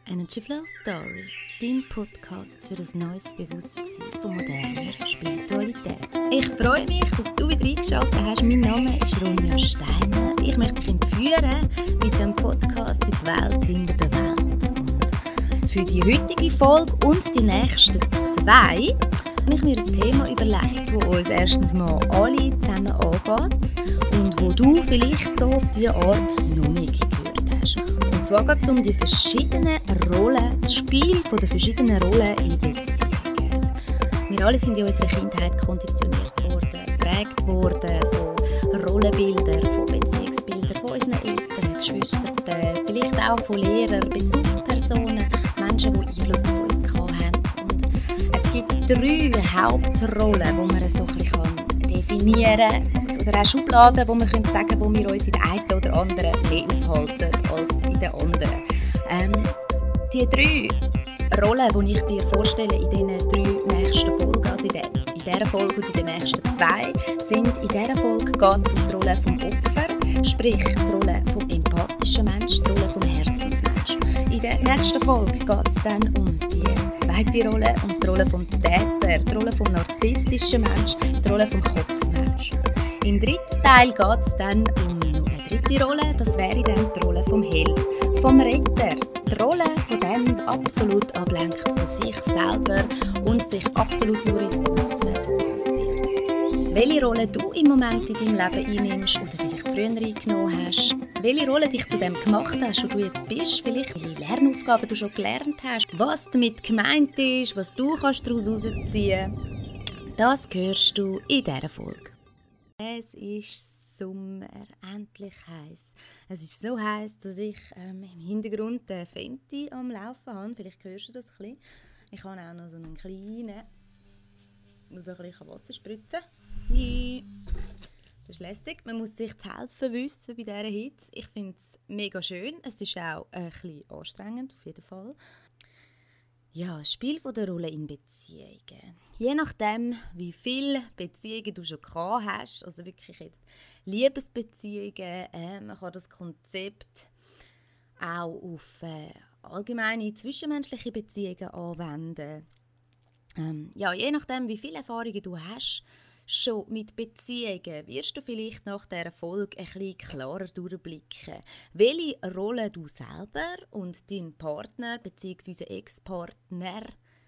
Energy Flow Stories, dein Podcast für ein neues Bewusstsein von moderner Spiritualität. Ich freue mich, dass du wieder eingeschaltet hast. Mein Name ist Ronja Steiner. Ich möchte dich entführen mit dem Podcast in die Welt hinter der Welt. Und für die heutige Folge und die nächsten 2 habe ich mir ein Thema überlegt, das uns erstens mal alle zusammen angeht und wo du vielleicht so auf diese Art noch nicht gehört hast. Und zwar geht es um die verschiedenen Rollen, das Spiel der verschiedenen Rollen in Beziehungen. Wir alle sind in unserer Kindheit konditioniert worden, geprägt worden von Rollenbildern, von Beziehungsbildern, von unseren Eltern, Geschwistern, vielleicht auch von Lehrern, Bezugspersonen, Menschen, die Einfluss auf uns hatten. Und es gibt 3 Hauptrollen, die man so ein bisschen definieren kann. Oder auch Schubladen, wo man sagen könnte, wo wir uns in der einen oder anderen mehr aufhalten als in der anderen. Die 3 Rollen, die ich dir vorstelle in diesen 3 nächsten Folgen, also in dieser Folge und in den nächsten 2, sind in dieser Folge geht es um die Rolle vom Opfer, sprich die Rolle vom empathischen Menschen, die Rolle vom Herzensmensch. In der nächsten Folge geht es dann um die zweite Rolle, um die Rolle vom Täter, die Rolle vom narzisstischen Mensch, die Rolle vom Kopfmensch. Im 3. Teil geht es dann um eine 3. Rolle, das wäre dann die Rolle vom Held, vom Retter, die Rolle von dem, der absolut ablenkt von sich selber und sich absolut nur ins Aussen fokussiert. Welche Rolle du im Moment in deinem Leben einnimmst oder vielleicht früher eingenommen hast, welche Rolle dich zu dem gemacht hast, wo du jetzt bist, vielleicht welche Lernaufgaben du schon gelernt hast, was damit gemeint ist, was du daraus herausziehen kannst, das hörst du in dieser Folge. Es ist Sommer, endlich heiß. Es ist so heiß, dass ich im Hintergrund Fenty am Laufen habe. Vielleicht hörst du das ein bisschen. Ich habe auch noch so einen kleinen, muss so ein bisschen Wasser spritzen. Das ist lässig. Man muss sich zu helfen wissen bei dieser Hitze. Ich finde es mega schön. Es ist auch ein bisschen anstrengend, auf jeden Fall. Ja, das Spiel der Rolle in Beziehungen. Je nachdem, wie viele Beziehungen du schon gehabt hast, also wirklich jetzt Liebesbeziehungen, man kann das Konzept auch auf allgemeine zwischenmenschliche Beziehungen anwenden. Ja, je nachdem, wie viele Erfahrungen du hast, schon mit Beziehungen, wirst du vielleicht nach dieser Folge ein bisschen klarer durchblicken, welche Rolle du selber und dein Partner bzw. Ex-Partner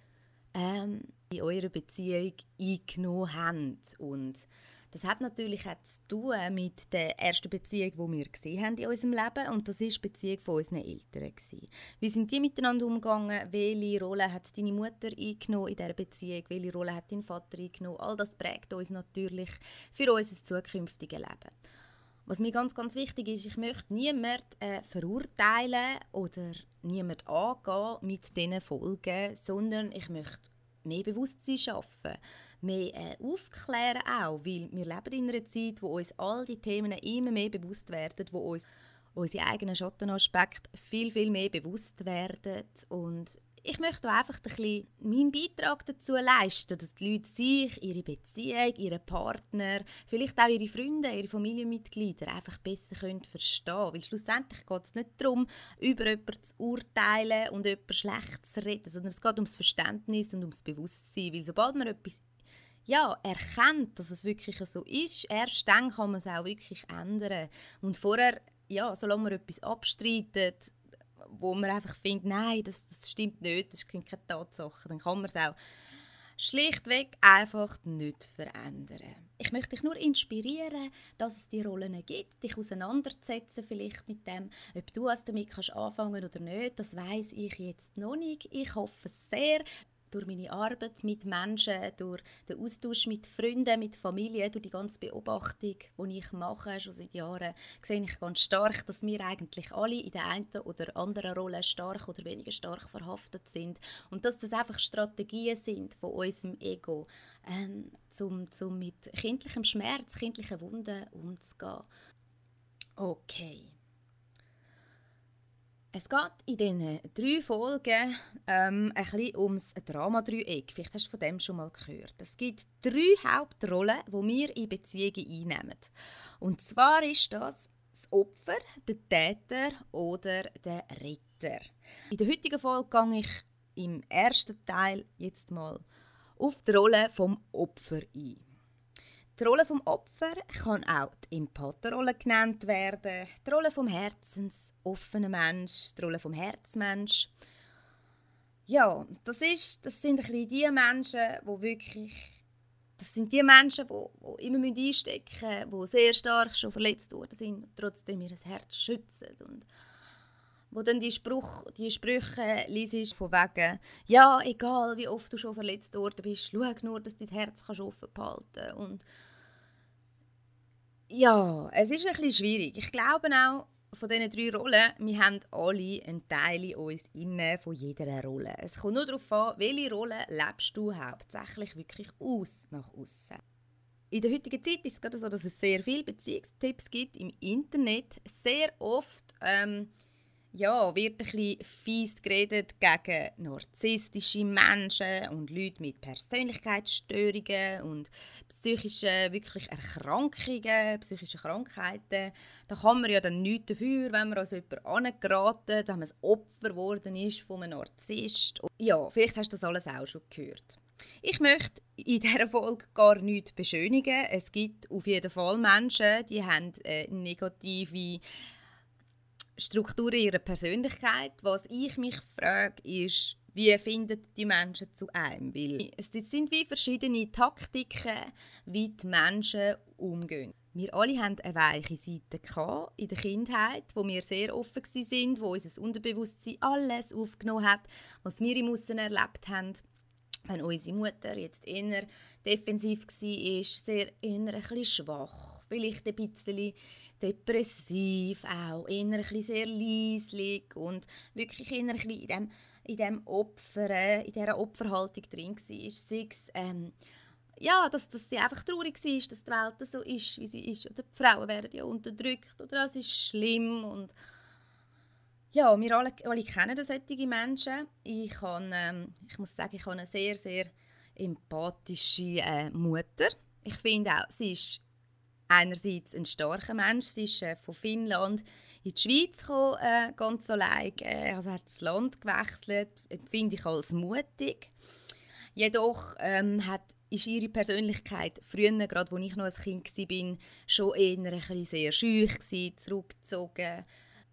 in eurer Beziehung eingenommen habt. Und das hat natürlich auch zu tun mit der ersten Beziehung, die wir gesehen haben in unserem Leben. Und das war die Beziehung von unseren Eltern. Wie sind die miteinander umgegangen? Welche Rolle hat deine Mutter eingenommen in dieser Beziehung? Welche Rolle hat dein Vater eingenommen? All das prägt uns natürlich für unser zukünftiges Leben. Was mir ganz, ganz wichtig ist, ich möchte niemanden verurteilen oder niemanden angehen mit diesen Folgen, sondern ich möchte mehr Bewusstsein schaffen, mehr aufklären auch, weil wir leben in einer Zeit, wo uns all die Themen immer mehr bewusst werden, wo uns unsere eigenen Schattenaspekte viel, viel mehr bewusst werden. Und ich möchte einfach ein bisschen meinen Beitrag dazu leisten, dass die Leute sich, ihre Beziehung, ihren Partner, vielleicht auch ihre Freunde, ihre Familienmitglieder einfach besser verstehen können. Weil schlussendlich geht es nicht darum, über jemanden zu urteilen und jemanden schlecht zu reden, sondern es geht ums Verständnis und ums Bewusstsein. Weil sobald man etwas erkennt, dass es wirklich so ist, erst dann kann man es auch wirklich ändern. Und vorher, solange man etwas abstreitet, wo man einfach findet, nein, das stimmt nicht, das sind keine Tatsachen, dann kann man es auch schlichtweg einfach nicht verändern. Ich möchte dich nur inspirieren, dass es die Rollen gibt, dich auseinanderzusetzen vielleicht mit dem, ob du damit anfangen kannst oder nicht, das weiss ich jetzt noch nicht. Ich hoffe es sehr. Durch meine Arbeit mit Menschen, durch den Austausch mit Freunden, mit Familie, durch die ganze Beobachtung, die ich mache, schon seit Jahren, sehe ich ganz stark, dass wir eigentlich alle in der einen oder anderen Rolle stark oder weniger stark verhaftet sind. Und dass das einfach Strategien sind von unserem Ego, um mit kindlichem Schmerz, kindlichen Wunden umzugehen. Okay. Es geht in diesen 3 Folgen ein bisschen ums Drama-Dreieck. Vielleicht hast du von dem schon mal gehört. Es gibt 3 Hauptrollen, die wir in Beziehungen einnehmen. Und zwar ist das Opfer, der Täter oder der Retter. weiter. In der heutigen Folge gehe ich im ersten Teil jetzt mal auf die Rolle vom Opfer ein. Die Rolle vom Opfer kann auch die Empathenrolle genannt werden, die Rolle vom herzensoffenen Mensch, die Rolle vom Herzmensch. Ja, das sind ein bisschen die Menschen, die wirklich, das sind die Menschen, die immer einstecken müssen, die sehr stark schon verletzt worden sind und trotzdem ihr Herz schützen. Und wo dann die Sprüche liest von wegen, ja, egal wie oft du schon verletzt worden bist, schau nur, dass dein Herz offen behalten kannst. Und ja, es ist ein bisschen schwierig. Ich glaube auch, von diesen 3 Rollen, wir haben alle einen Teil in uns inne von jeder Rolle. Es kommt nur darauf an, welche Rolle lebst du hauptsächlich wirklich aus nach außen. In der heutigen Zeit ist es gerade so, dass es sehr viele Beziehungstipps gibt im Internet. Sehr oft wird ein bisschen fies geredet gegen narzisstische Menschen und Leute mit Persönlichkeitsstörungen und psychischen wirklich Erkrankungen, psychische Krankheiten. Da kann man ja dann nichts dafür, wenn man als jemand angeraten, wenn man ein Opfer geworden ist von einem Narzisst. Ja, vielleicht hast du das alles auch schon gehört. Ich möchte in dieser Folge gar nichts beschönigen. Es gibt auf jeden Fall Menschen, die haben negative Strukturen ihrer Persönlichkeit. Was ich mich frage, ist, wie finden die Menschen zu einem? Weil es sind wie verschiedene Taktiken, wie die Menschen umgehen. Wir alle hatten eine weiche Seite in der Kindheit, wo wir sehr offen waren, wo unser Unterbewusstsein alles aufgenommen hat, was wir im Aussen erlebt haben. Wenn unsere Mutter jetzt eher defensiv war, sehr eher ein bisschen schwach, vielleicht ein bisschen depressiv auch, eher ein bisschen sehr leislich und wirklich eher ein bisschen in dieser Opferhaltung drin war. Sei es, dass sie einfach traurig war, dass die Welt so ist, wie sie ist. Oder die Frauen werden ja unterdrückt oder es ist schlimm. Und ja, wir alle kennen solche Menschen. Ich muss sagen, ich habe eine sehr, sehr empathische Mutter. Ich finde auch, sie ist einerseits ein starker Mensch. Sie ist von Finnland in die Schweiz gekommen, ganz allein. Also hat das Land gewechselt, empfinde ich als mutig. Jedoch ist ihre Persönlichkeit früher, gerade als ich noch ein Kind war, schon eher ein bisschen sehr schüch gewesen, zurückgezogen.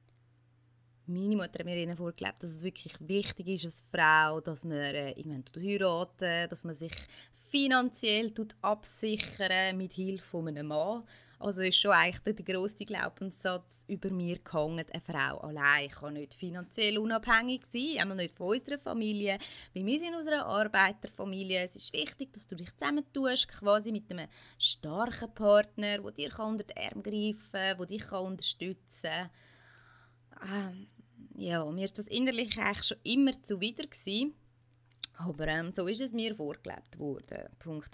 Meine Mutter hat mir vorgelebt, dass es wirklich wichtig ist als Frau, dass man irgendwann heiraten, dass man sich finanziell absichern mit Hilfe von einem Mann. Also ist schon eigentlich der grosse Glaubenssatz über mir gehangen, eine Frau allein kann nicht finanziell unabhängig sein, einmal nicht von unserer Familie, weil wir sind aus einer Arbeiterfamilie. Es ist wichtig, dass du dich zusammentust, quasi mit einem starken Partner, der dir unter die Arme greifen kann, der dich unterstützen kann. Mir ist das innerlich eigentlich schon immer zuwider gewesen. Aber so ist es mir vorgelebt worden. Punkt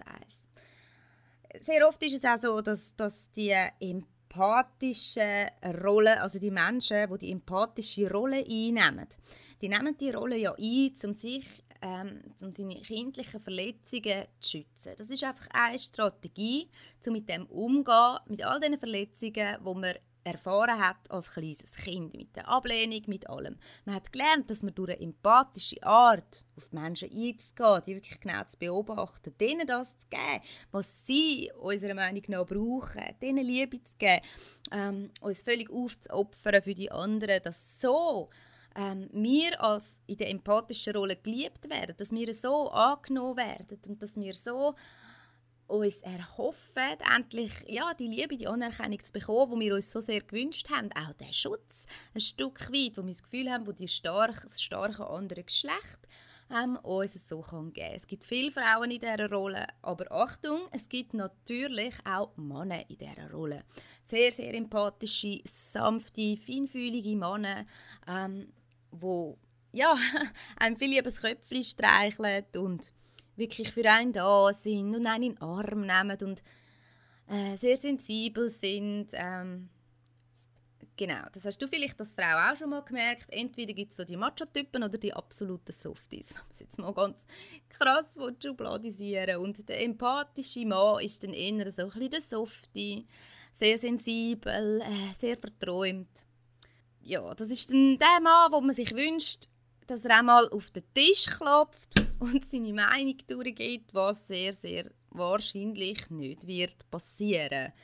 1. Sehr oft ist es auch so, dass die empathische Rolle, also die Menschen, die empathische Rolle einnehmen, die nehmen die Rolle ja ein, um seine kindlichen Verletzungen zu schützen. Das ist einfach eine Strategie, um mit dem umzugehen, mit all diesen Verletzungen, die man erfahren hat als kleines Kind, mit der Ablehnung, mit allem. Man hat gelernt, dass man durch eine empathische Art auf die Menschen einzugehen, die wirklich genau zu beobachten, denen das zu geben, was sie unserer Meinung nach brauchen, denen Liebe zu geben, uns völlig aufzuopfern für die anderen, dass so wir als in der empathischen Rolle geliebt werden, dass wir so angenommen werden und dass wir so uns erhoffen, endlich die Liebe, die Anerkennung zu bekommen, die wir uns so sehr gewünscht haben. Auch den Schutz ein Stück weit, wo wir das Gefühl haben, wo das starke andere Geschlecht uns so geben kann. Es gibt viele Frauen in dieser Rolle, aber Achtung, es gibt natürlich auch Männer in dieser Rolle. Sehr, sehr empathische, sanfte, feinfühlige Männer, die einem viel lieber das Köpfchen streicheln und wirklich für einen da sind und einen in den Arm nehmen und sehr sensibel sind. Genau, das hast du vielleicht als Frau auch schon mal gemerkt. Entweder gibt es so die Macho-Typen oder die absoluten Softies, wenn man es jetzt mal ganz krass schubladisieren. Und der empathische Mann ist dann eher so ein bisschen der Softie, sehr sensibel, sehr verträumt. ja, das ist dann der Mann, wo man sich wünscht, dass er einmal auf den Tisch klopft und seine Meinung durchgibt, was sehr, sehr wahrscheinlich nicht wird passieren.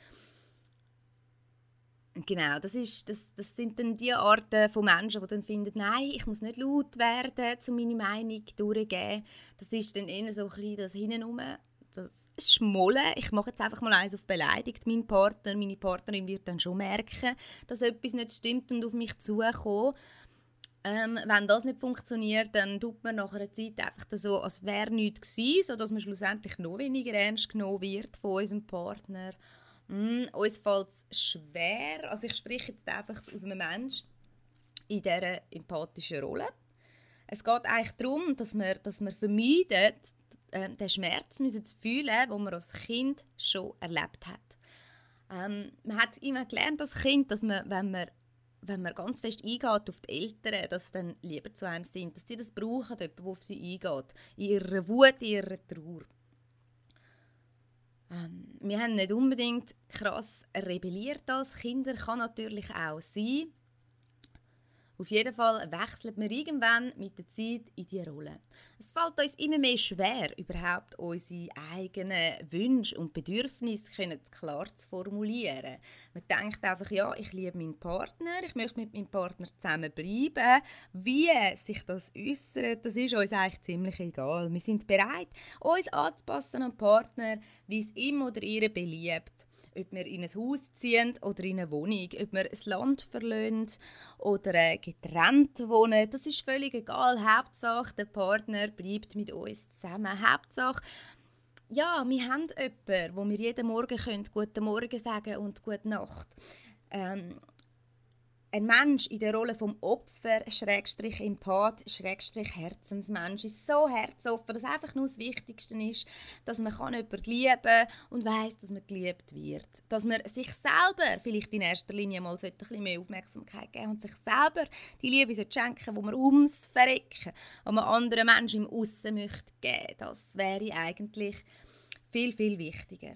Genau, das sind dann die Arten von Menschen, die dann finden, nein, ich muss nicht laut werden, um meine Meinung durchzugeben. Das ist dann eher so ein bisschen das Hintenrum, das Schmollen. Ich mache jetzt einfach mal eins auf beleidigt. Mein Partner, meine Partnerin wird dann schon merken, dass etwas nicht stimmt und auf mich zukommt. Wenn das nicht funktioniert, dann tut man nach einer Zeit einfach so, als wäre nichts gewesen, sodass man schlussendlich noch weniger ernst genommen wird von unserem Partner. Uns fällt es schwer, also ich spreche jetzt einfach aus einem Menschen in dieser empathischen Rolle. Es geht eigentlich darum, dass wir vermeiden, den Schmerz zu fühlen, den man als Kind schon erlebt hat. Man hat immer gelernt als Kind, dass man, wenn man ganz fest eingeht auf die Eltern, dass sie dann lieber zu einem sind, dass sie das brauchen, jemand, der auf sie eingeht, in ihrer Wut, in ihrer Trauer. Wir haben nicht unbedingt krass rebelliert als Kinder, kann natürlich auch sein. Auf jeden Fall wechselt man irgendwann mit der Zeit in die Rolle. Es fällt uns immer mehr schwer, überhaupt unsere eigenen Wünsche und Bedürfnisse klar zu formulieren. Man denkt einfach, ja, ich liebe meinen Partner, ich möchte mit meinem Partner zusammen bleiben. Wie sich das äußert, das ist uns eigentlich ziemlich egal. Wir sind bereit, uns anzupassen an den Partner, wie es ihm oder ihr beliebt. Ob wir in ein Haus ziehen oder in eine Wohnung, ob wir das Land verlassen oder getrennt wohnen, das ist völlig egal. Hauptsache, der Partner bleibt mit uns zusammen. Hauptsache, ja, wir haben jemanden, wo wir jeden Morgen «Guten Morgen» sagen und «Gute Nacht». Ein Mensch in der Rolle vom Opfer, Schrägstrich Empath, Schrägstrich Herzensmensch ist so herzoffen, dass einfach nur das Wichtigste ist, dass man jemanden lieben kann und weiss, dass man geliebt wird. Dass man sich selber vielleicht in erster Linie mal ein bisschen mehr Aufmerksamkeit geben und sich selber die Liebe schenken, die man ums Verrecken an einem anderen Menschen im Aussen möchte geben. Das wäre eigentlich viel, viel wichtiger.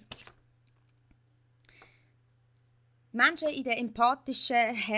Menschen in der empathischen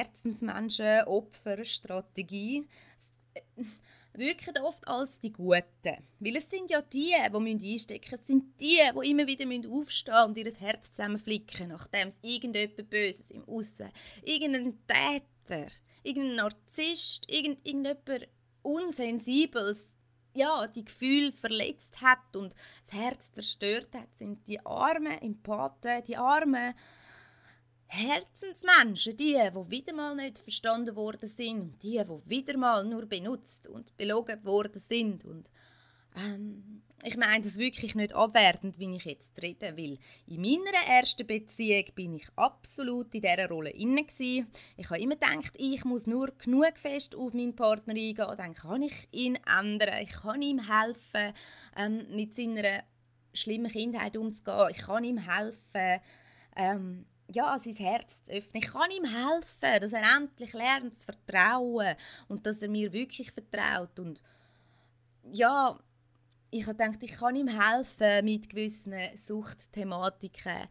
Herzensmenschen-Opferstrategie wirken oft als die Guten. Weil es sind ja die einstecken müssen. Es sind die immer wieder aufstehen und ihr Herz zusammenflicken, nachdem es irgendetwas Böses im Aussen, irgendein Täter, irgendein Narzisst, irgendjemand Unsensibles, ja, die Gefühle verletzt hat und das Herz zerstört hat, sind die armen Empathen, die armen Herzensmenschen, die wieder mal nicht verstanden worden sind und die wieder mal nur benutzt und belogen worden sind. Und ich meine das wirklich nicht abwertend, wie ich jetzt rede, weil in meiner ersten Beziehung bin ich absolut in dieser Rolle inne gsi. Ich habe immer gedacht, ich muss nur genug fest auf meinen Partner eingehen, dann kann ich ihn ändern, ich kann ihm helfen, mit seiner schlimmen Kindheit umzugehen, ich kann ihm helfen, sein Herz zu öffnen. Ich kann ihm helfen, dass er endlich lernt zu vertrauen und dass er mir wirklich vertraut. Und ja, ich habe gedacht, ich kann ihm helfen mit gewissen Suchtthematiken.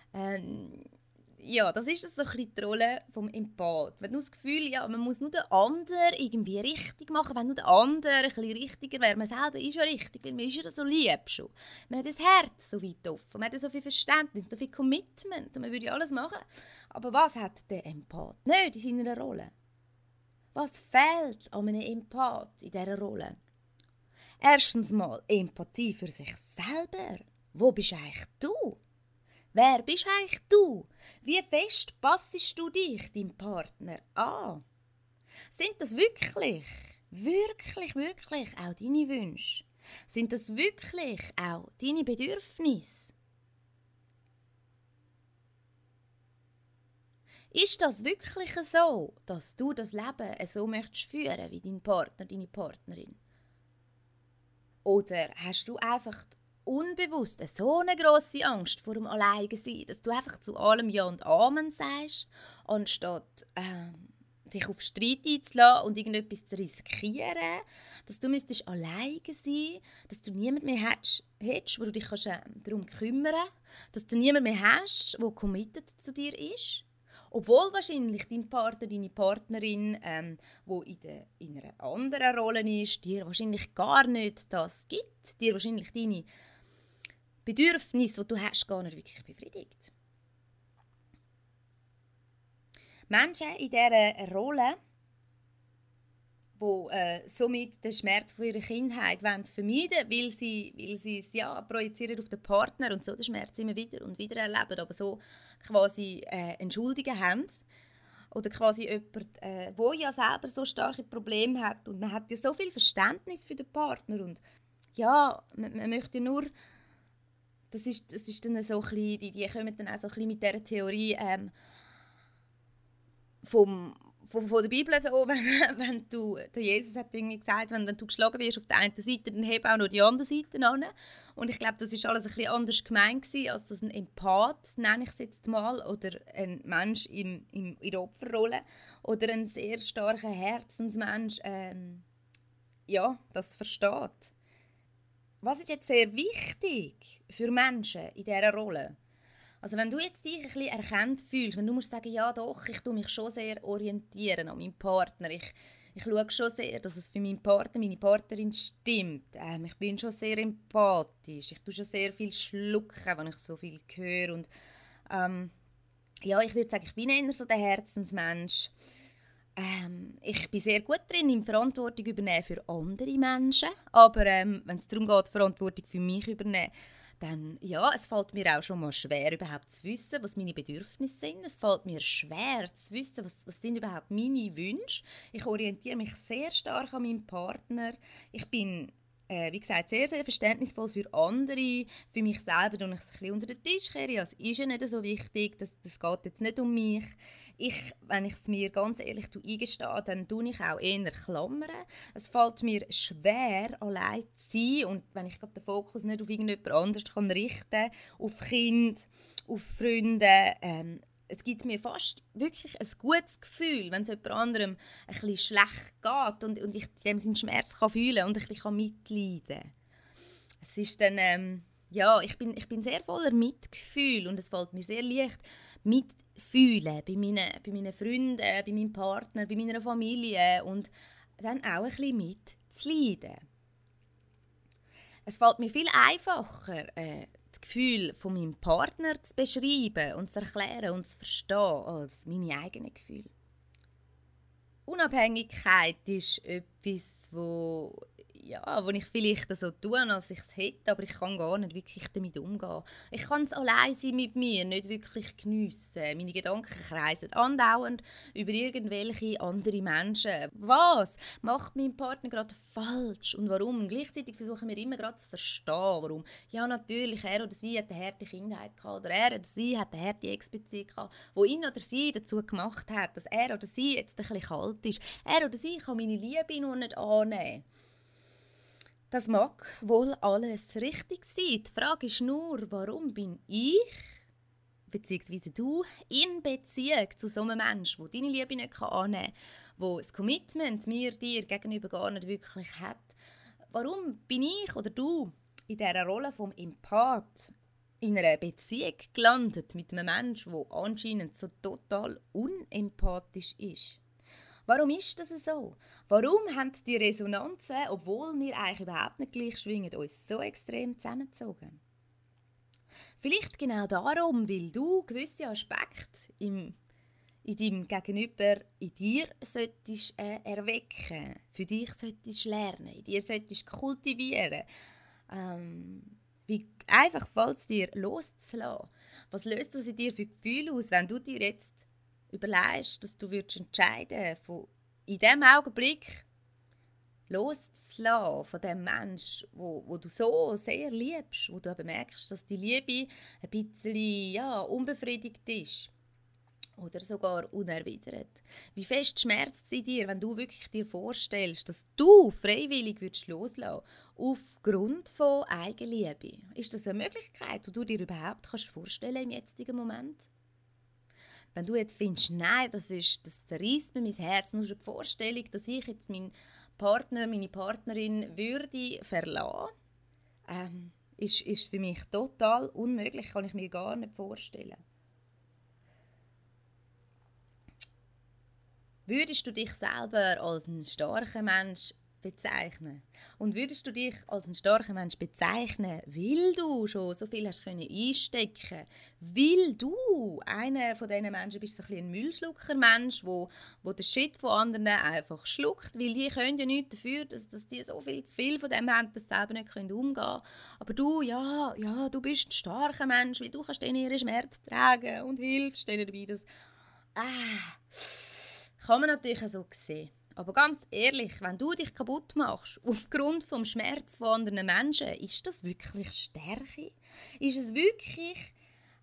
Das ist so ein bisschen die Rolle des Empath. Wenn du das Gefühl hast, man muss nur den anderen irgendwie richtig machen, wenn nur der andere ein bisschen richtiger wäre. Man selber ist ja richtig, weil man ist ja so lieb schon. Man hat das Herz so weit offen, man hat so viel Verständnis, so viel Commitment und man würde ja alles machen. Aber was hat der Empath nicht in seiner Rolle? Was fehlt an einem Empath in dieser Rolle? Erstens mal Empathie für sich selber. Wo bist eigentlich du? Wer bist eigentlich du? Wie fest passest du dich deinem Partner an? Sind das wirklich auch deine Wünsche? Sind das wirklich auch deine Bedürfnisse? Ist das wirklich so, dass du das Leben so möchtest führen wie dein Partner, deine Partnerin? Oder hast du einfach unbewusst so eine grosse Angst vor dem Alleinsein, dass du einfach zu allem Ja und Amen sagst, anstatt dich auf Streit einzulassen und irgendetwas zu riskieren, dass du müsstest alleine sein, dass du niemand mehr hättest, wo du dich darum kümmern kannst, dass du niemand mehr hast, der committed zu dir ist. Obwohl wahrscheinlich dein Partner, deine Partnerin, wo in einer anderen Rolle ist, dir wahrscheinlich gar nicht das gibt, dir wahrscheinlich deine Bedürfnisse, die du hast, gar nicht wirklich befriedigt. Menschen in dieser Rolle, die somit den Schmerz von ihrer Kindheit vermeiden wollen, weil sie es projizieren auf den Partner und so den Schmerz immer wieder und wieder erleben, aber so quasi entschuldigen haben. Oder quasi jemand, der ja selber so starke Probleme hat und man hat ja so viel Verständnis für den Partner und ja, man möchte nur, das ist dann so ein bisschen, die kommen dann auch so ein bisschen mit dieser Theorie von der Bibel so, wenn du, der Jesus hat irgendwie gesagt, wenn du geschlagen wirst auf der einen Seite, dann heb auch noch die andere Seite an. Und ich glaube, das ist alles ein bisschen anders gemeint gewesen, als das ein Empath, nenne ich es jetzt mal, oder ein Mensch in der Opferrolle oder ein sehr starker Herzensmensch, das versteht. Was ist jetzt sehr wichtig für Menschen in dieser Rolle? Also wenn du jetzt dich ein bisschen erkannt fühlst, wenn du musst sagen, ja doch, ich tue mich schon sehr orientieren an meinem Partner, ich schaue schon sehr, dass es für meinen Partner, meine Partnerin stimmt. Ich bin schon sehr empathisch, ich tue schon sehr viel schlucken, wenn ich so viel höre. Und ich würde sagen, ich bin eher so der Herzensmensch. Ich bin sehr gut drin, in Verantwortung übernehmen für andere Menschen, aber wenn es darum geht, Verantwortung für mich übernehmen, dann, es fällt mir auch schon mal schwer, überhaupt zu wissen, was meine Bedürfnisse sind. Es fällt mir schwer zu wissen, was sind überhaupt meine Wünsche. Ich orientiere mich sehr stark an meinem Partner. Ich bin, wie gesagt, sehr, sehr verständnisvoll für andere. Für mich selber tue ich es ein bisschen unter den Tisch kehren. Es ist ja nicht so wichtig, das geht jetzt nicht um mich. Wenn ich es mir ganz ehrlich eingestehe, dann tue ich auch eher Klammern. Es fällt mir schwer, allein zu sein. Und wenn ich den Fokus nicht auf irgendjemand anderes richten kann, auf Kinder, auf Freunde, es gibt mir fast wirklich ein gutes Gefühl, wenn es jemand anderem ein bisschen schlecht geht und ich seinen Schmerz fühlen kann und ein bisschen mitleiden kann. Es ist dann, ich bin sehr voller Mitgefühl und es fällt mir sehr leicht, mitfühlen bei meinen Freunden, bei meinem Partner, bei meiner Familie und dann auch ein bisschen mitzuleiden. Es fällt mir viel einfacher, das Gefühl von meinem Partner zu beschreiben und zu erklären und zu verstehen, als meine eigenen Gefühle. Unabhängigkeit ist etwas, wo ich vielleicht so tue, als ich es hätte, aber ich kann gar nicht wirklich damit umgehen. Ich kann es allein sein mit mir, nicht wirklich geniessen. Meine Gedanken kreisen andauernd über irgendwelche andere Menschen. Was macht mein Partner gerade falsch und warum? Gleichzeitig versuchen wir immer gerade zu verstehen, warum. Ja, natürlich, er oder sie hat eine harte Kindheit gehabt oder er oder sie hat eine harte Ex-Beziehung gehabt, wo ihn oder sie dazu gemacht hat, dass er oder sie jetzt ein bisschen kalt ist. Er oder sie kann meine Liebe noch nicht annehmen. Das mag wohl alles richtig sein. Die Frage ist nur, warum bin ich, beziehungsweise du, in Beziehung zu so einem Menschen, der deine Liebe nicht annehmen kann, der das Commitment dir gegenüber gar nicht wirklich hat. Warum bin ich oder du in dieser Rolle vom Empath in einer Beziehung gelandet mit einem Menschen, der anscheinend so total unempathisch ist? Warum ist das so? Warum haben die Resonanzen, obwohl wir eigentlich überhaupt nicht gleich schwingen, uns so extrem zusammengezogen? Vielleicht genau darum, weil du gewisse Aspekte in deinem Gegenüber in dir solltest erwecken, für dich solltest lernen, in dir solltest kultivieren. Wie einfach fällt es dir loszulassen? Was löst das in dir für Gefühle aus, wenn du dir jetzt überlegst, dass du entscheiden würdest, in diesem Augenblick loszulassen von dem Menschen, wo du so sehr liebst, wo du aber merkst, dass die Liebe ein bisschen unbefriedigt ist oder sogar unerwidert. Wie fest schmerzt es in dir, wenn du wirklich dir vorstellst, dass du freiwillig loslassen würdest, aufgrund von Eigenliebe? Ist das eine Möglichkeit, die du dir überhaupt vorstellen kannst im jetzigen Moment? Wenn du jetzt findest, nein, das reißt mir mein Herz, nur schon die Vorstellung, dass ich jetzt meinen Partner, meine Partnerin würde verlassen, ist für mich total unmöglich, kann ich mir gar nicht vorstellen. Würdest du dich selber als einen starken Mensch bezeichnen? Und würdest du dich als einen starken Mensch bezeichnen, weil du schon so viel hast können einstecken, weil du einer von diesen Menschen bist, so ein Müllschlucker-Mensch, wo den Shit von anderen einfach schluckt, weil die können ja nichts dafür, dass die so viel zu viel von dem haben, dass sie selber nicht umgehen können. Aber du, ja, du bist ein starker Mensch, weil du kannst denen ihren Schmerz tragen und hilfst denen dabei, dass kann man natürlich so sehen. Aber ganz ehrlich, wenn du dich kaputt machst, aufgrund des Schmerz von anderen Menschen, ist das wirklich Stärke? Ist es wirklich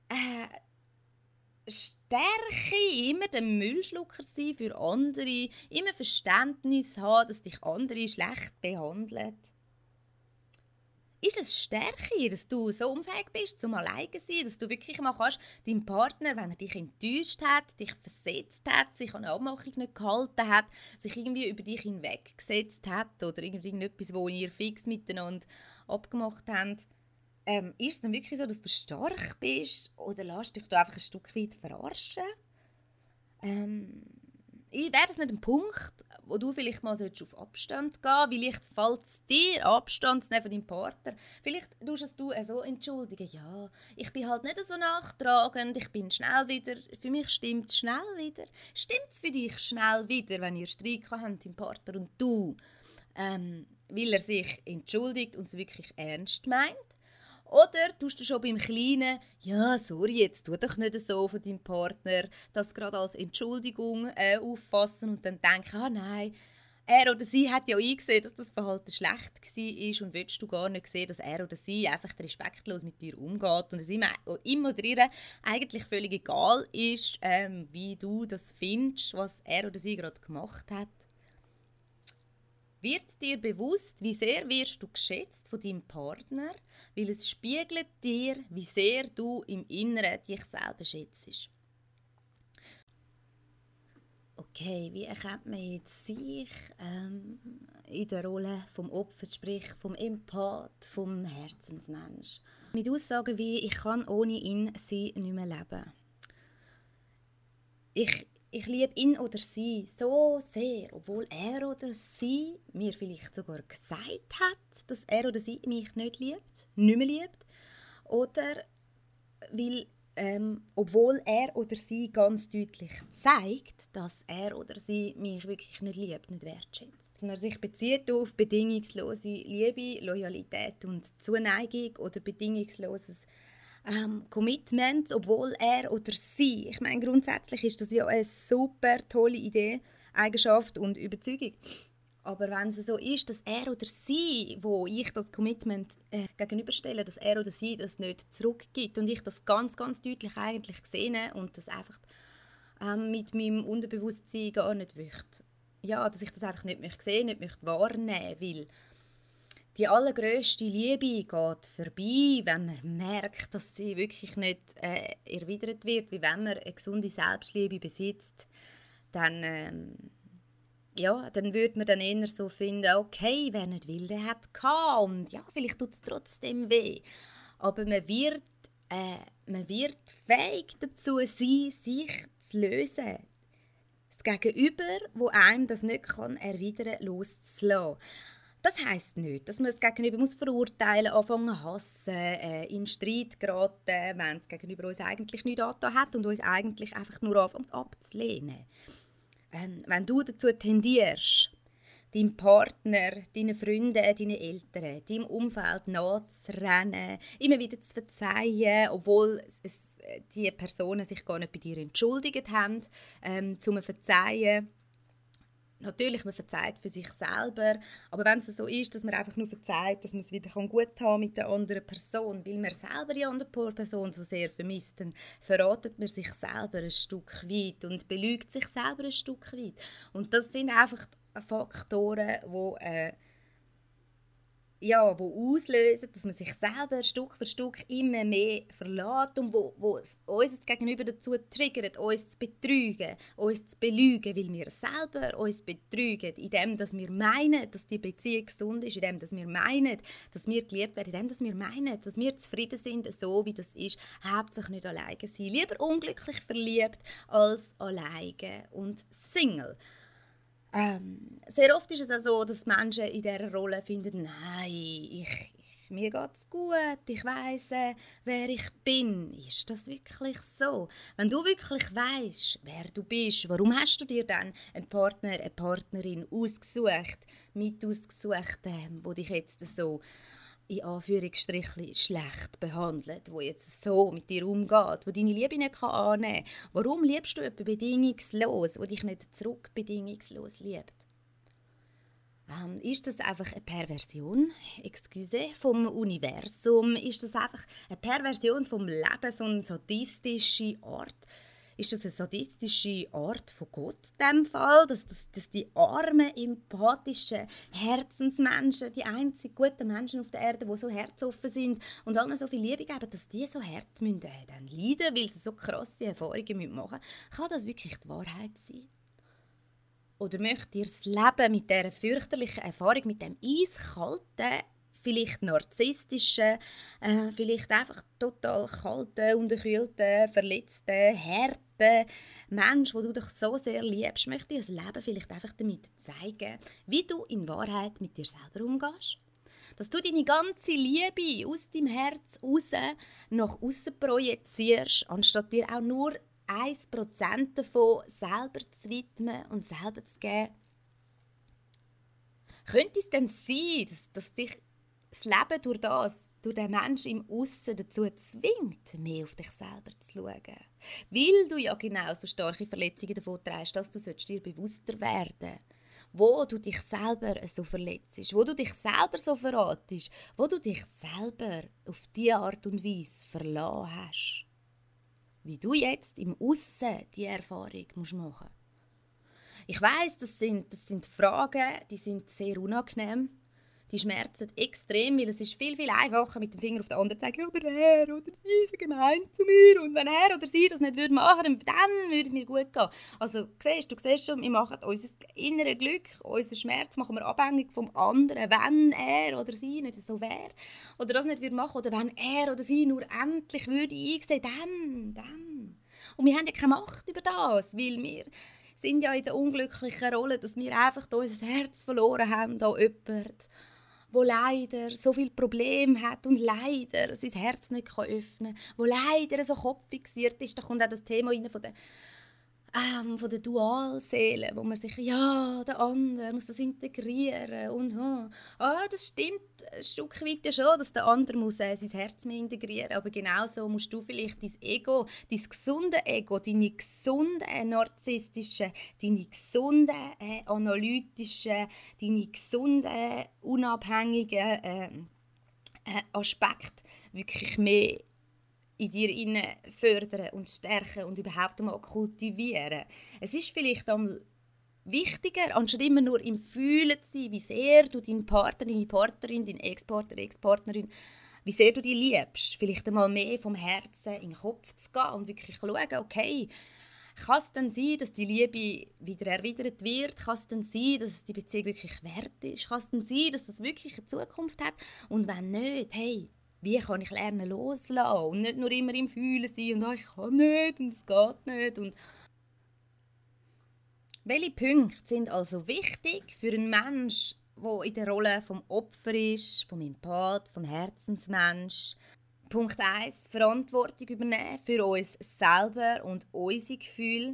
Stärke, immer der Müllschlucker sein für andere, immer Verständnis haben, dass dich andere schlecht behandeln? Ist es Stärke, dass du so unfähig bist, zum alleine zu sein, dass du wirklich mal kannst, deinem Partner, wenn er dich enttäuscht hat, dich versetzt hat, sich an eine Abmachung nicht gehalten hat, sich irgendwie über dich hinweggesetzt hat oder irgendetwas, wo ihr fix miteinander abgemacht habt, ist es dann wirklich so, dass du stark bist oder lässt dich da einfach ein Stück weit verarschen? Wäre das nicht ein Punkt, wo du vielleicht mal auf Abstand gehen solltest? Vielleicht fällt es dir Abstand zu nehmen von deinem Partner. Vielleicht tust du es so entschuldigen. Ja, ich bin halt nicht so nachtragend, ich bin schnell wieder. Für mich stimmt es schnell wieder. Stimmt es für dich schnell wieder, wenn ihr Streit habt, dein Partner und du? Weil er sich entschuldigt und es wirklich ernst meint? Oder tust du schon beim Kleinen, ja, sorry, jetzt tu doch nicht so von deinem Partner, das gerade als Entschuldigung auffassen und dann denken, nein, er oder sie hat ja eingesehen, dass das Verhalten schlecht war und willst du gar nicht sehen, dass er oder sie einfach respektlos mit dir umgeht und es ihm oder ihr eigentlich völlig egal ist, wie du das findest, was er oder sie gerade gemacht hat. Wird dir bewusst, wie sehr wirst du geschätzt von deinem Partner, weil es spiegelt dir, wie sehr du im Inneren dich selber schätzt. Okay, wie erkennt man jetzt sich in der Rolle vom Opfer, sprich vom Empath, vom Herzensmensch? Mit Aussagen wie «Ich kann ohne ihn sie nicht mehr leben». Ich liebe ihn oder sie so sehr, obwohl er oder sie mir vielleicht sogar gesagt hat, dass er oder sie mich nicht mehr liebt. Oder weil, obwohl er oder sie ganz deutlich zeigt, dass er oder sie mich wirklich nicht liebt, nicht wertschätzt. Dass man sich bezieht auf bedingungslose Liebe, Loyalität und Zuneigung oder bedingungsloses Commitment, obwohl er oder sie, ich meine, grundsätzlich ist das ja eine super tolle Idee, Eigenschaft und Überzeugung. Aber wenn es so ist, dass er oder sie, wo ich das Commitment gegenüberstelle, dass er oder sie das nicht zurückgibt und ich das ganz, ganz deutlich eigentlich sehe und das einfach mit meinem Unterbewusstsein gar nicht möchte. Ja, dass ich das einfach nicht möchte sehen, nicht möchte wahrnehmen, weil die allergrösste Liebe geht vorbei, wenn man merkt, dass sie wirklich nicht erwidert wird, wie wenn man eine gesunde Selbstliebe besitzt, dann würde man dann eher so finden, okay, wer nicht will, der hat gehabt. Und ja, vielleicht tut es trotzdem weh. Aber man wird fähig dazu sein, sich zu lösen. Das Gegenüber, wo einem das nicht kann, erwidern, loszulassen. Das heisst nicht, dass man das Gegenüber verurteilen muss, anfangen hassen, in Streit geraten, wenn das Gegenüber uns eigentlich nichts angetan hat und uns eigentlich einfach nur anfängt abzulehnen. Wenn du dazu tendierst, deinem Partner, deinen Freunden, deinen Eltern, deinem Umfeld nachzurennen, immer wieder zu verzeihen, obwohl die Personen sich gar nicht bei dir entschuldigt haben, zum Verzeihen. Natürlich, man verzeiht für sich selber, aber wenn es so ist, dass man einfach nur verzeiht, dass man es wieder gut haben mit der anderen Person, weil man selber die andere Person so sehr vermisst, dann verratet man sich selber ein Stück weit und belügt sich selber ein Stück weit. Und das sind einfach Faktoren, wo auslösen, dass man sich selber Stück für Stück immer mehr verlässt und wo uns Gegenüber dazu triggert, uns zu betrügen, uns zu belügen, weil wir selber uns betrügen, indem dass wir meinen, dass die Beziehung gesund ist, indem dass wir meinen, dass wir geliebt werden, indem dass wir meinen, dass wir zufrieden sind, so wie das ist, hauptsächlich nicht alleine sein. Lieber unglücklich verliebt als alleine und Single. Sehr oft ist es auch so, dass Menschen in dieser Rolle finden, nein, mir geht's gut, ich weiss, wer ich bin. Ist das wirklich so? Wenn du wirklich weisst, wer du bist, warum hast du dir dann einen Partner, eine Partnerin ausgesucht, wo dich jetzt so in Anführungsstrichen schlecht behandelt, wo jetzt so mit dir umgeht, wo deine Liebe nicht annehmen kann? Warum liebst du jemanden bedingungslos, der dich nicht zurück bedingungslos liebt? Ist das einfach eine Perversion, vom Universum? Ist das einfach eine Perversion vom Leben, so eine sadistische Art? Ist das eine sadistische Art von Gott in diesem Fall? Dass die armen, empathischen Herzensmenschen, die einzigen guten Menschen auf der Erde, die so herzoffen sind und allen so viel Liebe geben, dass die so hart müssen, dann leiden, weil sie so krasse Erfahrungen machen müssen? Kann das wirklich die Wahrheit sein? Oder möchtet ihr das Leben mit dieser fürchterlichen Erfahrung, mit dem eiskalten, vielleicht narzisstischen, vielleicht einfach total kalten, unterkühlten, verletzten, harten Mensch, den du doch so sehr liebst, möchte dir das Leben vielleicht einfach damit zeigen, wie du in Wahrheit mit dir selber umgehst? Dass du deine ganze Liebe aus deinem Herz raus nach außen projizierst, anstatt dir auch nur 1% davon selber zu widmen und selber zu geben. Könnte es denn sein, dass dich das Leben durch den Menschen im Aussen dazu zwingt, mehr auf dich selber zu schauen? Weil du ja genau so starke Verletzungen davon trägst, dass du dir bewusster werden solltest, wo du dich selber so verletzt, wo du dich selber so verratest, wo du dich selber auf diese Art und Weise verlassen hast. Wie du jetzt im Aussen diese Erfahrung machen musst. Ich weiss, das sind Fragen, die sind sehr unangenehm. Die schmerzen extrem, weil es ist viel, viel einfacher, mit dem Finger auf den anderen zu sagen, aber er oder sie ist gemein zu mir. Und wenn er oder sie das nicht machen würde, dann würde es mir gut gehen. Also du siehst schon, wir machen unser inneres Glück, unseren Schmerz machen wir abhängig vom anderen, wenn er oder sie nicht so wäre. Oder das nicht machen würde, oder wenn er oder sie nur endlich würde einsehen, dann. Und wir haben ja keine Macht über das, weil wir sind ja in der unglücklichen Rolle, dass wir einfach unser Herz verloren haben an jemanden, der leider so viele Probleme hat und leider sein Herz nicht öffnen kann, der leider so kopffixiert ist. Da kommt auch das Thema rein von der Dualseele, wo man sich, der andere muss das integrieren und das stimmt ein Stück weit ja schon, dass der andere muss sein Herz mehr integrieren, aber genauso musst du vielleicht dein Ego, dein gesunde Ego, deine gesunden narzisstischen, deine gesunden analytischen, deine gesunden unabhängigen Aspekte wirklich mehr in dir fördern und stärken und überhaupt einmal kultivieren. Es ist vielleicht einmal wichtiger, anstatt immer nur im Fühlen zu sein, wie sehr du deinen Partner, deine Partnerin, deinen Ex-Partner, Ex-Partnerin, wie sehr du die liebst. Vielleicht einmal mehr vom Herzen in den Kopf zu gehen und wirklich schauen, okay, kann es dann sein, dass die Liebe wieder erwidert wird? Kann es dann sein, dass die Beziehung wirklich wert ist? Kann es dann sein, dass das wirklich eine Zukunft hat? Und wenn nicht, hey, wie kann ich lernen loslassen und nicht nur immer im Fühlen sein und ich kann nicht und es geht nicht. Und welche Punkte sind also wichtig für einen Menschen, der in der Rolle vom Opfer ist, vom Empath, vom Herzensmensch? Punkt 1, Verantwortung übernehmen für uns selber und unsere Gefühle.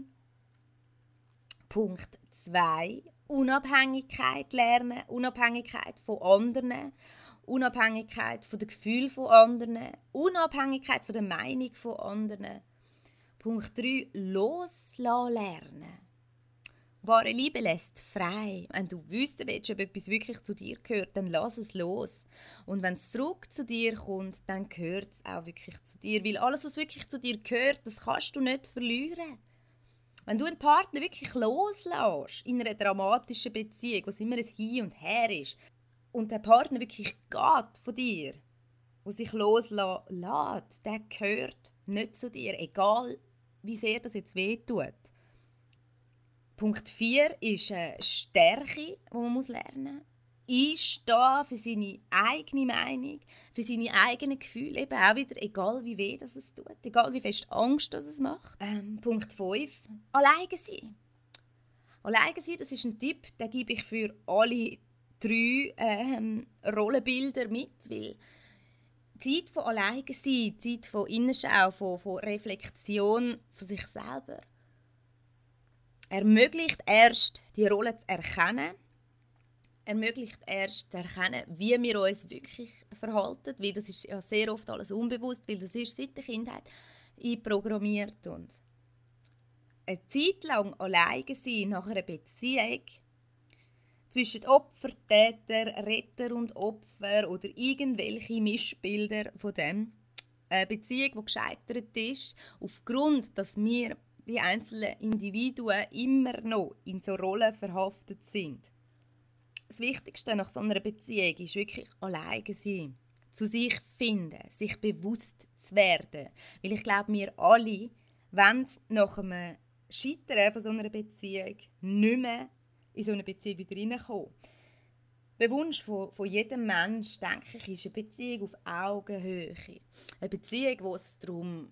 Punkt 2, Unabhängigkeit lernen, Unabhängigkeit von anderen. Unabhängigkeit von den Gefühlen von anderen, Unabhängigkeit von der Meinung von anderen. Punkt 3, loslassen lernen. Wahre Liebe lässt frei. Wenn du wissen willst, ob etwas wirklich zu dir gehört, dann lass es los. Und wenn es zurück zu dir kommt, dann gehört es auch wirklich zu dir. Weil alles, was wirklich zu dir gehört, das kannst du nicht verlieren. Wenn du einen Partner wirklich loslässt, in einer dramatischen Beziehung, wo es immer ein Hin und Her ist, und der Partner wirklich geht von dir, der sich loslässt, der gehört nicht zu dir, egal wie sehr das jetzt wehtut. Punkt 4 ist eine Stärke, die man lernen muss. Einstehen für seine eigene Meinung, für seine eigenen Gefühle, eben auch wieder, egal wie weh das es tut, egal wie fest Angst das es macht. Punkt 5, alleine sein. Alleine sein, das ist ein Tipp, den gebe ich für alle 3 Rollenbilder mit, weil Zeit von alleine sein, Zeit von Innenschau, von Reflexion von sich selber, ermöglicht erst, die Rolle zu erkennen, ermöglicht erst zu erkennen, wie wir uns wirklich verhalten, weil das ist ja sehr oft alles unbewusst, weil das ist seit der Kindheit einprogrammiert. Und eine Zeit lang alleine sein nach einer Beziehung zwischen Opfer, Täter, Retter und Opfer oder irgendwelche Mischbilder von dem, eine Beziehung, die gescheitert ist, aufgrund, dass wir die einzelnen Individuen immer noch in so Rollen verhaftet sind. Das Wichtigste nach so einer Beziehung ist wirklich alleine sein, zu sich finden, sich bewusst zu werden. Weil ich glaube, wir alle wollen nach einem Scheitern von so einer Beziehung nicht mehr in so eine Beziehung wieder hineinkommen. Der Wunsch von jedem Menschen, denke ich, ist eine Beziehung auf Augenhöhe. Eine Beziehung, wo es darum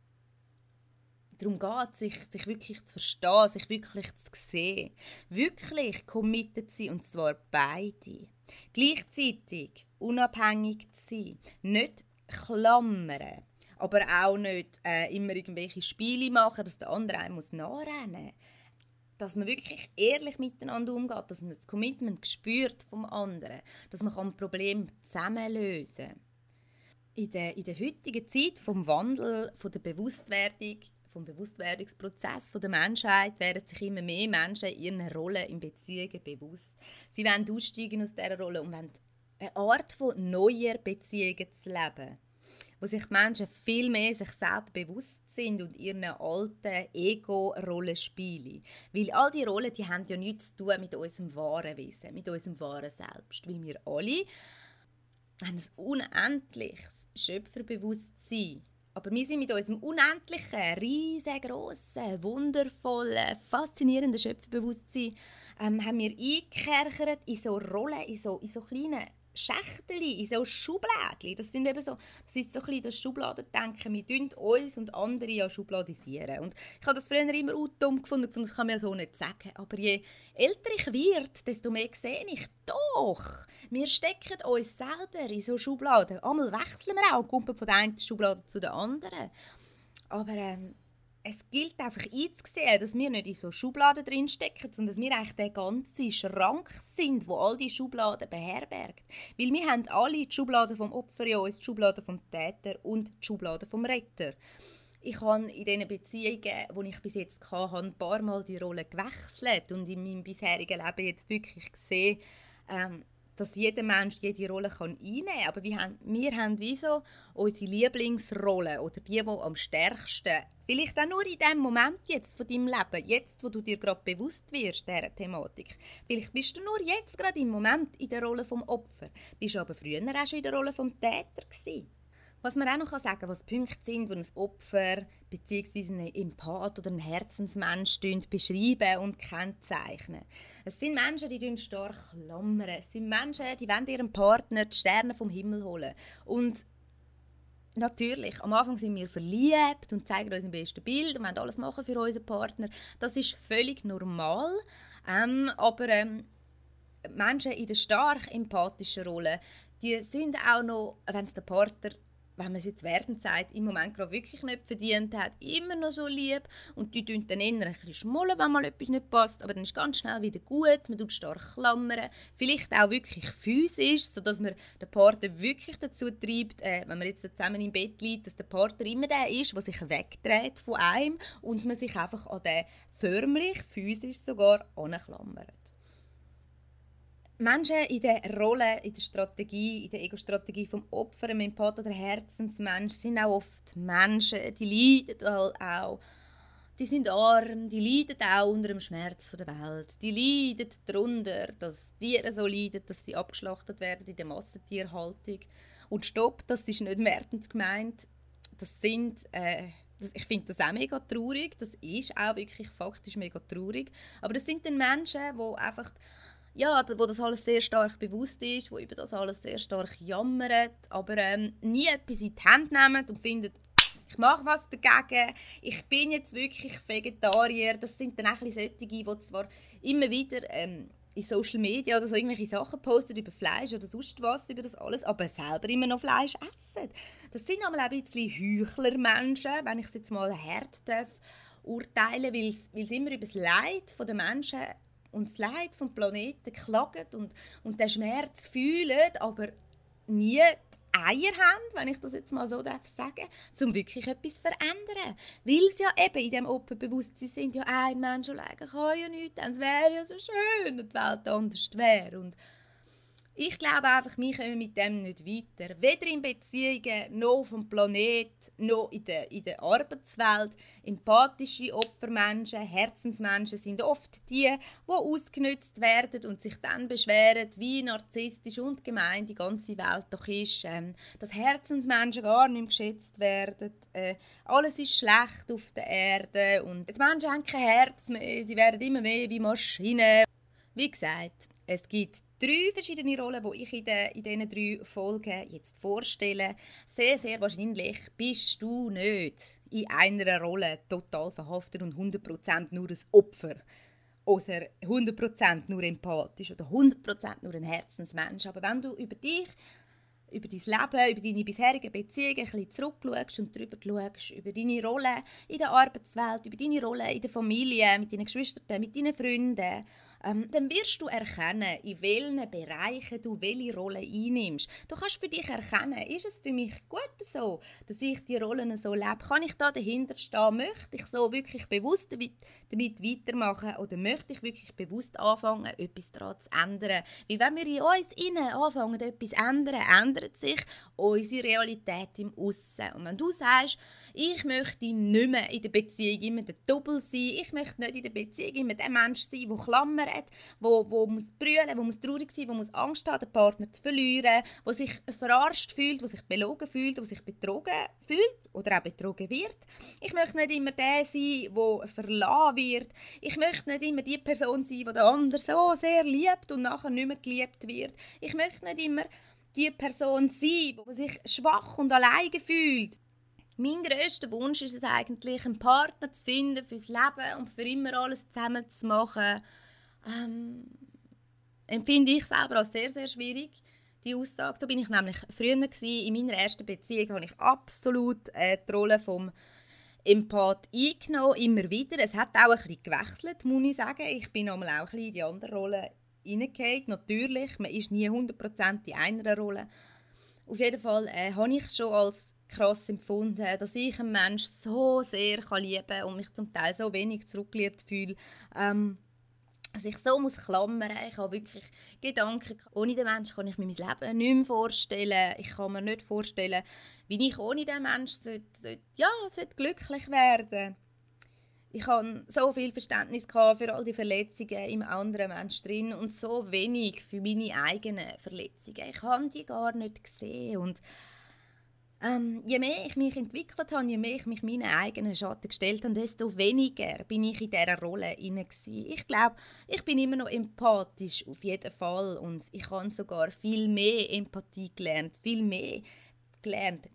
geht, sich wirklich zu verstehen, sich wirklich zu sehen. Wirklich committed zu sein, und zwar beide. Gleichzeitig unabhängig zu sein. Nicht klammern, aber auch nicht immer irgendwelche Spiele machen, dass der andere einem nachrennen muss. Dass man wirklich ehrlich miteinander umgeht, dass man das Commitment spürt vom anderen, dass man ein Problem zusammen lösen kann. In der heutigen Zeit vom Wandel, von der Bewusstwerdung, vom Bewusstwerdungsprozess der Menschheit werden sich immer mehr Menschen ihren Rollen in Beziehungen bewusst. Sie wollen aussteigen aus dieser Rolle und wollen eine Art von neuer Beziehungen zu leben, wo sich die Menschen viel mehr sich selber bewusst sind und ihren alten Ego-Rollen spielen. Weil all die Rollen, die haben ja nichts zu tun mit unserem wahren Wesen, mit unserem wahren Selbst. Weil wir alle haben ein unendliches Schöpferbewusstsein. Aber wir sind mit unserem unendlichen, riesengroßen, wundervollen, faszinierenden Schöpferbewusstsein haben wir eingekerkert in so Rollen, in so kleine Schächteli, in so Schublädchen. Das sind eben so, das ist so ein bisschen das Schubladendenken. Wir tun uns und andere ja schubladisieren. Und ich habe das früher immer auch dumm gefunden, das kann man ja so nicht sagen. Aber je älter ich werde, desto mehr sehe ich doch. Wir stecken uns selber in so Schubladen. Einmal wechseln wir auch, kommen von der einen Schublade zu der anderen. Aber es gilt einfach einzusehen, dass wir nicht in so Schubladen drinstecken, sondern dass wir eigentlich der ganze Schrank sind, wo all die Schubladen beherbergt. Weil wir haben alle die Schubladen vom Opfer in uns, die Schubladen vom Täter und die Schubladen vom Retter. Ich habe in diesen Beziehungen, die ich bis jetzt hatte, ein paar Mal die Rolle gewechselt und in meinem bisherigen Leben jetzt wirklich gesehen, dass jeder Mensch jede Rolle einnehmen kann. Aber wir haben wie so unsere Lieblingsrolle oder die am stärksten, vielleicht auch nur in dem Moment jetzt von deinem Leben, jetzt, wo du dir gerade bewusst wirst, dieser Thematik. Vielleicht bist du nur jetzt gerade im Moment in der Rolle vom Opfer, bist aber früher auch schon in der Rolle vom Täter gewesen. Was man auch noch sagen kann, was Punkte sind, die ein Opfer bzw. ein Empath oder ein Herzensmensch beschreiben und kennzeichnen. Es sind Menschen, die stark klammern. Es sind Menschen, die wollen ihrem Partner die Sterne vom Himmel holen. Und natürlich, am Anfang sind wir verliebt und zeigen uns im besten Bild und wollen alles machen für unseren Partner. Das ist völlig normal. Aber Menschen in der stark empathischen Rolle, die sind auch noch, wenn es der Partner, wenn man es jetzt während Zeit im Moment gerade wirklich nicht verdient hat, immer noch so lieb. Und die tun dann eher ein bisschen schmollen, wenn mal etwas nicht passt. Aber dann ist es ganz schnell wieder gut. Man tut stark klammern. Vielleicht auch wirklich physisch, sodass man den Partner wirklich dazu treibt, wenn man jetzt so zusammen im Bett liegt, dass der Partner immer der ist, der sich wegdreht von einem und man sich einfach an den förmlich, physisch sogar anklammert. Menschen in der Rolle, in der Strategie, in der Ego-Strategie vom Opfer, dem Empath oder Herzensmensch sind auch oft Menschen, die leiden auch. Die sind arm, die leiden auch unter dem Schmerz der Welt. Die leiden darunter, dass Tiere so leiden, dass sie abgeschlachtet werden in der Massentierhaltung. Und stopp, das ist nicht wertend gemeint. Ich finde das auch mega traurig. Das ist auch wirklich faktisch mega traurig. Aber das sind dann Menschen, die einfach wo das alles sehr stark bewusst ist, wo über das alles sehr stark jammern, aber nie etwas in die Hand nehmen und finden, ich mache was dagegen, ich bin jetzt wirklich Vegetarier. Das sind dann auch ein bisschen solche, die zwar immer wieder in Social Media oder so irgendwelche Sachen posten über Fleisch oder sonst was, über das alles, aber selber immer noch Fleisch essen. Das sind einmal auch ein bisschen Heuchlermenschen, wenn ich es jetzt mal hart darf urteilen, weil sie immer über das Leid der Menschen und das Leid des Planeten klagen und den Schmerz fühlen, aber nie die Eier haben, wenn ich das jetzt mal so sagen darf, um wirklich etwas zu verändern. Weil sie ja eben in diesem Opferbewusstsein sind, ja ein Mensch alleine kann ja nichts, es wäre ja so schön, wenn die Welt anders wäre. Und ich glaube einfach, wir kommen mit dem nicht weiter. Weder in Beziehungen, noch auf dem Planet, noch in der Arbeitswelt. Empathische Opfermenschen, Herzensmenschen sind oft die ausgenutzt werden und sich dann beschweren, wie narzisstisch und gemein die ganze Welt doch ist. Dass Herzensmenschen gar nicht mehr geschätzt werden. Alles ist schlecht auf der Erde und die Menschen haben kein Herz mehr. Sie werden immer mehr wie Maschinen. Wie gesagt, es gibt 3 verschiedene Rollen, die ich in diesen 3 Folgen jetzt vorstelle. Sehr, sehr wahrscheinlich bist du nicht in einer Rolle total verhaftet und 100% nur ein Opfer. Oder 100% nur empathisch oder 100% nur ein Herzensmensch. Aber wenn du über dich, über dein Leben, über deine bisherigen Beziehungen ein bisschen zurückschaust und darüber schaust, über deine Rolle in der Arbeitswelt, über deine Rolle in der Familie, mit deinen Geschwistern, mit deinen Freunden, dann wirst du erkennen, in welchen Bereichen du welche Rolle einnimmst. Du kannst für dich erkennen, ist es für mich gut so, dass ich die Rollen so lebe? Kann ich da dahinter stehen? Möchte ich so wirklich bewusst damit weitermachen oder möchte ich wirklich bewusst anfangen, etwas daran zu ändern? Weil wenn wir in uns innen anfangen, etwas zu ändern, ändert sich unsere Realität im Aussen. Und wenn du sagst, ich möchte nicht mehr in der Beziehung immer der Double sein, ich möchte nicht in der Beziehung immer der Mensch sein, der klammert, wo muss brüllen, wo muss traurig sein, wo muss Angst haben, den Partner zu verlieren, wo sich verarscht fühlt, wo sich belogen fühlt, wo sich betrogen fühlt oder auch betrogen wird. Ich möchte nicht immer der sein, der verlassen wird. Ich möchte nicht immer die Person sein, die der andere so sehr liebt und nachher nicht mehr geliebt wird. Ich möchte nicht immer die Person sein, die sich schwach und alleine fühlt. Mein grösster Wunsch ist es eigentlich, einen Partner zu finden fürs Leben und für immer alles zusammen zu machen. Empfinde ich selber als sehr, sehr schwierig, die Aussage. So bin ich nämlich früher gewesen. In meiner ersten Beziehung habe ich absolut die Rolle vom Empath eingenommen, immer wieder. Es hat auch ein bisschen gewechselt, muss ich sagen. Ich bin auch ein bisschen in die andere Rolle hineingefallen. Natürlich, man ist nie 100% in einer Rolle. Auf jeden Fall habe ich schon als krass empfunden, dass ich einen Menschen so sehr lieben kann und mich zum Teil so wenig zurückgeliebt fühle. Also ich so muss klammern. Ich habe wirklich Gedanken. Ohne den Menschen kann ich mir mein Leben nicht mehr vorstellen. Ich kann mir nicht vorstellen, wie ich ohne den Menschen sollte glücklich werden. Ich hatte so viel Verständnis für all die Verletzungen im anderen Menschen drin und so wenig für meine eigenen Verletzungen. Ich habe die gar nicht gesehen. Und je mehr ich mich entwickelt habe, je mehr ich mich meinen eigenen Schatten gestellt habe, desto weniger bin ich in dieser Rolle hinein. Ich glaube, ich bin immer noch empathisch, auf jeden Fall. Und ich habe sogar viel mehr Empathie gelernt, viel mehr gelernt,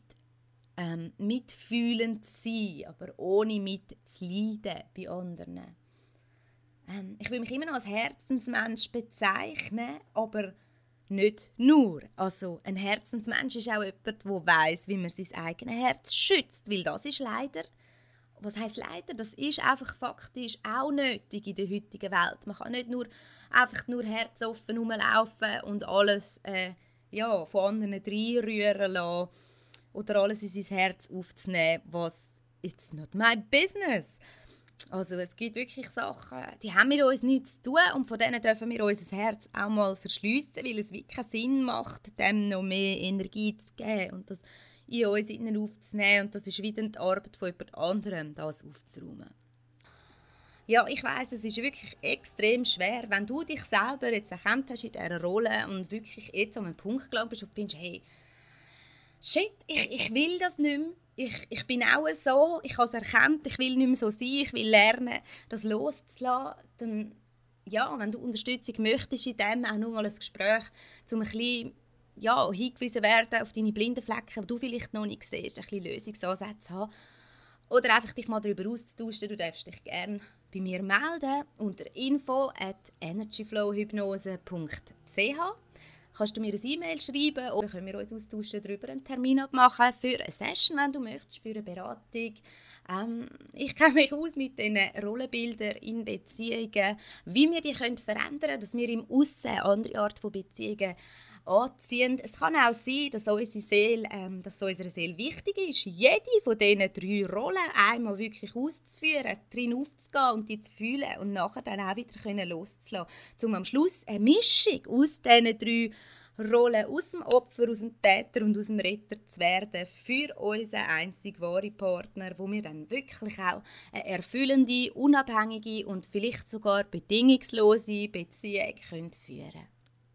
mitfühlend zu sein, aber ohne mitzuleiden bei anderen. Ich will mich immer noch als Herzensmensch bezeichnen, aber nicht nur. Also ein Herzensmensch ist auch jemand, der weiss, wie man sein eigenes Herz schützt. Weil das ist leider, was heisst leider? Das ist einfach faktisch auch nötig in der heutigen Welt. Man kann nicht einfach nur herzoffen rumlaufen und alles von anderen reinrühren lassen oder alles in sein Herz aufzunehmen, was «It's not my business». Also es gibt wirklich Sachen, die haben mit uns nichts zu tun und von denen dürfen wir unser Herz auch mal verschliessen, weil es wirklich keinen Sinn macht, dem noch mehr Energie zu geben und das in uns innen aufzunehmen. Und das ist wieder die Arbeit von jemand anderem, das aufzuräumen. Ja, ich weiss, es ist wirklich extrem schwer, wenn du dich selber jetzt erkannt hast in dieser Rolle und wirklich jetzt an einen Punkt gelangt bist und findest, hey, shit, ich will das nicht mehr. Ich bin auch so, ich habe es erkannt, ich will nicht mehr so sein, ich will lernen, das loszulassen. Dann, ja, wenn du Unterstützung möchtest in dem, auch nur mal ein Gespräch, um ein bisschen hingewiesen werden auf deine blinden Flecken, die du vielleicht noch nicht siehst, ein bisschen Lösungsansätze haben. Oder einfach dich mal darüber austauschen. Du darfst dich gerne bei mir melden unter info@energyflowhypnose.ch. Kannst du mir eine E-Mail schreiben oder können wir uns austauschen, darüber einen Termin abmachen für eine Session, wenn du möchtest, für eine Beratung. Ich kenne mich aus mit diesen Rollenbildern in Beziehungen, wie wir die verändern können, dass wir im Aussen eine andere Art von Beziehungen anziehen. Es kann auch sein, dass unserer Seele wichtig ist, jede von diesen 3 Rollen einmal wirklich auszuführen, drin aufzugehen und die zu fühlen und nachher dann auch wieder loszulassen. Um am Schluss eine Mischung aus diesen 3 Rollen, aus dem Opfer, aus dem Täter und aus dem Retter zu werden für unseren einzig wahren Partner, wo wir dann wirklich auch eine erfüllende, unabhängige und vielleicht sogar bedingungslose Beziehung führen können.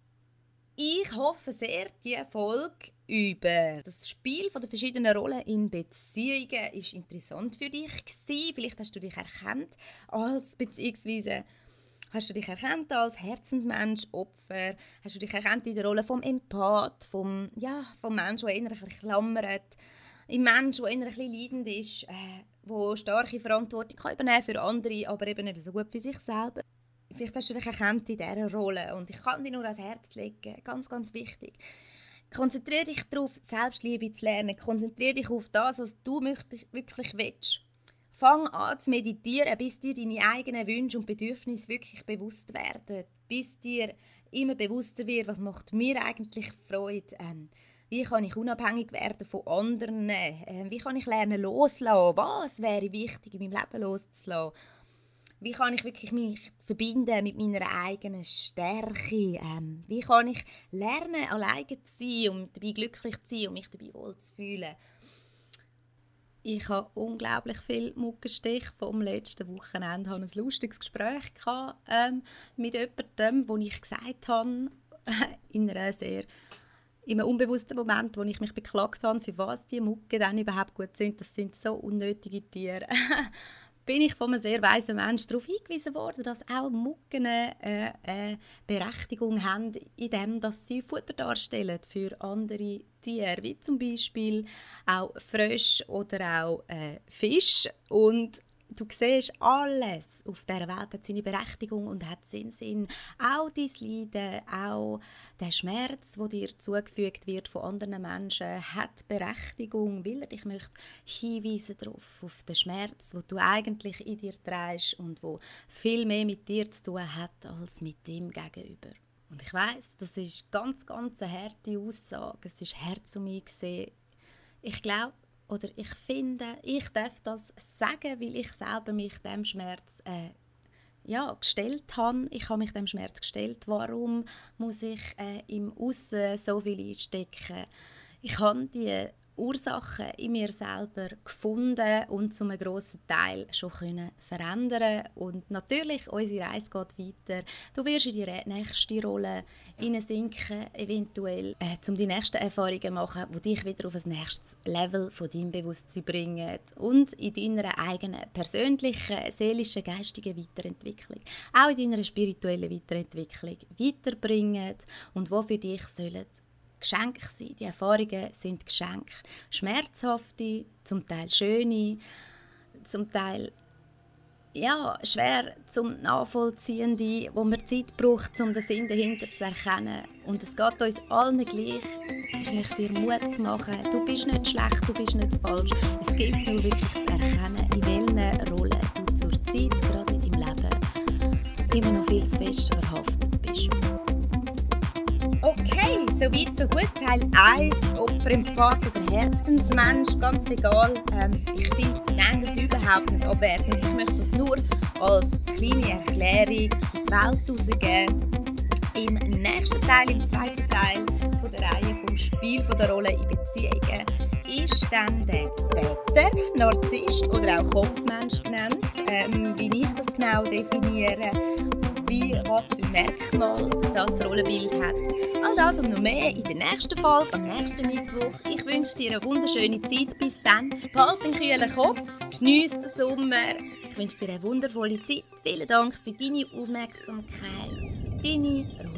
Ich hoffe sehr, diese Folge über das Spiel der verschiedenen Rollen in Beziehungen ist interessant für dich gewesen. Vielleicht hast du dich erkannt beziehungsweise hast du dich erkannt als Herzensmensch, Opfer? Hast du dich erkannt in der Rolle vom Empath, vom Menschen, der innerlich klammert, im Menschen, der innerlich leidend ist, der starke Verantwortung kann übernehmen für andere, aber eben nicht so gut für sich selber. Vielleicht hast du dich erkannt in dieser Rolle und ich kann dir nur ans Herz legen, ganz, ganz wichtig. Konzentriere dich darauf, Selbstliebe zu lernen. Konzentriere dich auf das, was du wirklich willst. Fang an zu meditieren, bis dir deine eigenen Wünsche und Bedürfnisse wirklich bewusst werden. Bis dir immer bewusster wird, was macht mir eigentlich Freude. Wie kann ich unabhängig werden von anderen? Wie kann ich lernen loslassen? Was wäre wichtig in meinem Leben loszulassen? Wie kann ich wirklich mich verbinden mit meiner eigenen Stärke? Wie kann ich lernen, alleine zu sein und dabei glücklich zu sein und mich dabei wohl zu fühlen? Ich habe unglaublich viel Muckenstich vom letzten Wochenende. Ich hatte ein lustiges Gespräch mit jemandem, wo ich gesagt habe, in einem unbewussten Moment, wo ich mich beklagt habe, für was die Mucke dann überhaupt gut sind. Das sind so unnötige Tiere. Bin ich von einem sehr weisen Menschen darauf hingewiesen worden, dass auch Mucken eine Berechtigung haben, in dem, dass sie Futter darstellen für andere Tiere, wie zum Beispiel auch Frösche oder auch Fisch. Und du siehst, alles auf dieser Welt hat seine Berechtigung und hat seinen Sinn. Auch dein Leiden, auch der Schmerz, der dir zugefügt wird von anderen Menschen, hat Berechtigung, weil er dich möchte hinweisen darauf, auf den Schmerz, den du eigentlich in dir trägst und der viel mehr mit dir zu tun hat, als mit dem Gegenüber. Und ich weiss, das ist ganz, ganz eine harte Aussage. Es ist hart zu mir gesehen. Ich glaube, oder ich finde, ich darf das sagen, weil ich selber mich dem Schmerz gestellt habe. Ich habe mich dem Schmerz gestellt. Warum muss ich im Aussen so viel einstecken? Ich habe die Ursachen in mir selber gefunden und zu einem grossen Teil schon verändern. Und natürlich, unsere Reise geht weiter. Du wirst in die nächste Rolle hineinsinken, eventuell, um die nächsten Erfahrungen zu machen, die dich wieder auf ein nächstes Level von deinem Bewusstsein bringen und in deiner eigenen persönlichen, seelischen, geistigen Weiterentwicklung, auch in deiner spirituellen Weiterentwicklung weiterbringen und wo für dich sollen Geschenke sein. Die Erfahrungen sind Geschenke. Schmerzhafte, zum Teil schöne, zum Teil schwer zum Nachvollziehende, wo man Zeit braucht, um den Sinn dahinter zu erkennen. Und es geht uns allen gleich. Ich möchte dir Mut machen. Du bist nicht schlecht, du bist nicht falsch. Es gilt nur wirklich zu erkennen, in welchen Rollen du zur Zeit, gerade in deinem Leben, immer noch viel zu fest verhaftet bist. Okay, so weit, so gut. Teil 1, Opfer, Empath oder Herzensmensch, ganz egal. Ich finde das überhaupt nicht abwertend. Ich möchte das nur als kleine Erklärung in die Welt rausgeben. Im nächsten Teil, im zweiten Teil von der Reihe vom Spiel der Rolle in Beziehungen, ist dann der Täter, Narzisst oder auch Kopfmensch genannt. Wie ich das genau definiere, was für Merkmale das Rollenbild hat. All das und noch mehr in der nächsten Folge, am nächsten Mittwoch. Ich wünsche dir eine wunderschöne Zeit. Bis dann. Behalt den kühlen Kopf, geniesse den Sommer. Ich wünsche dir eine wundervolle Zeit. Vielen Dank für deine Aufmerksamkeit. Deine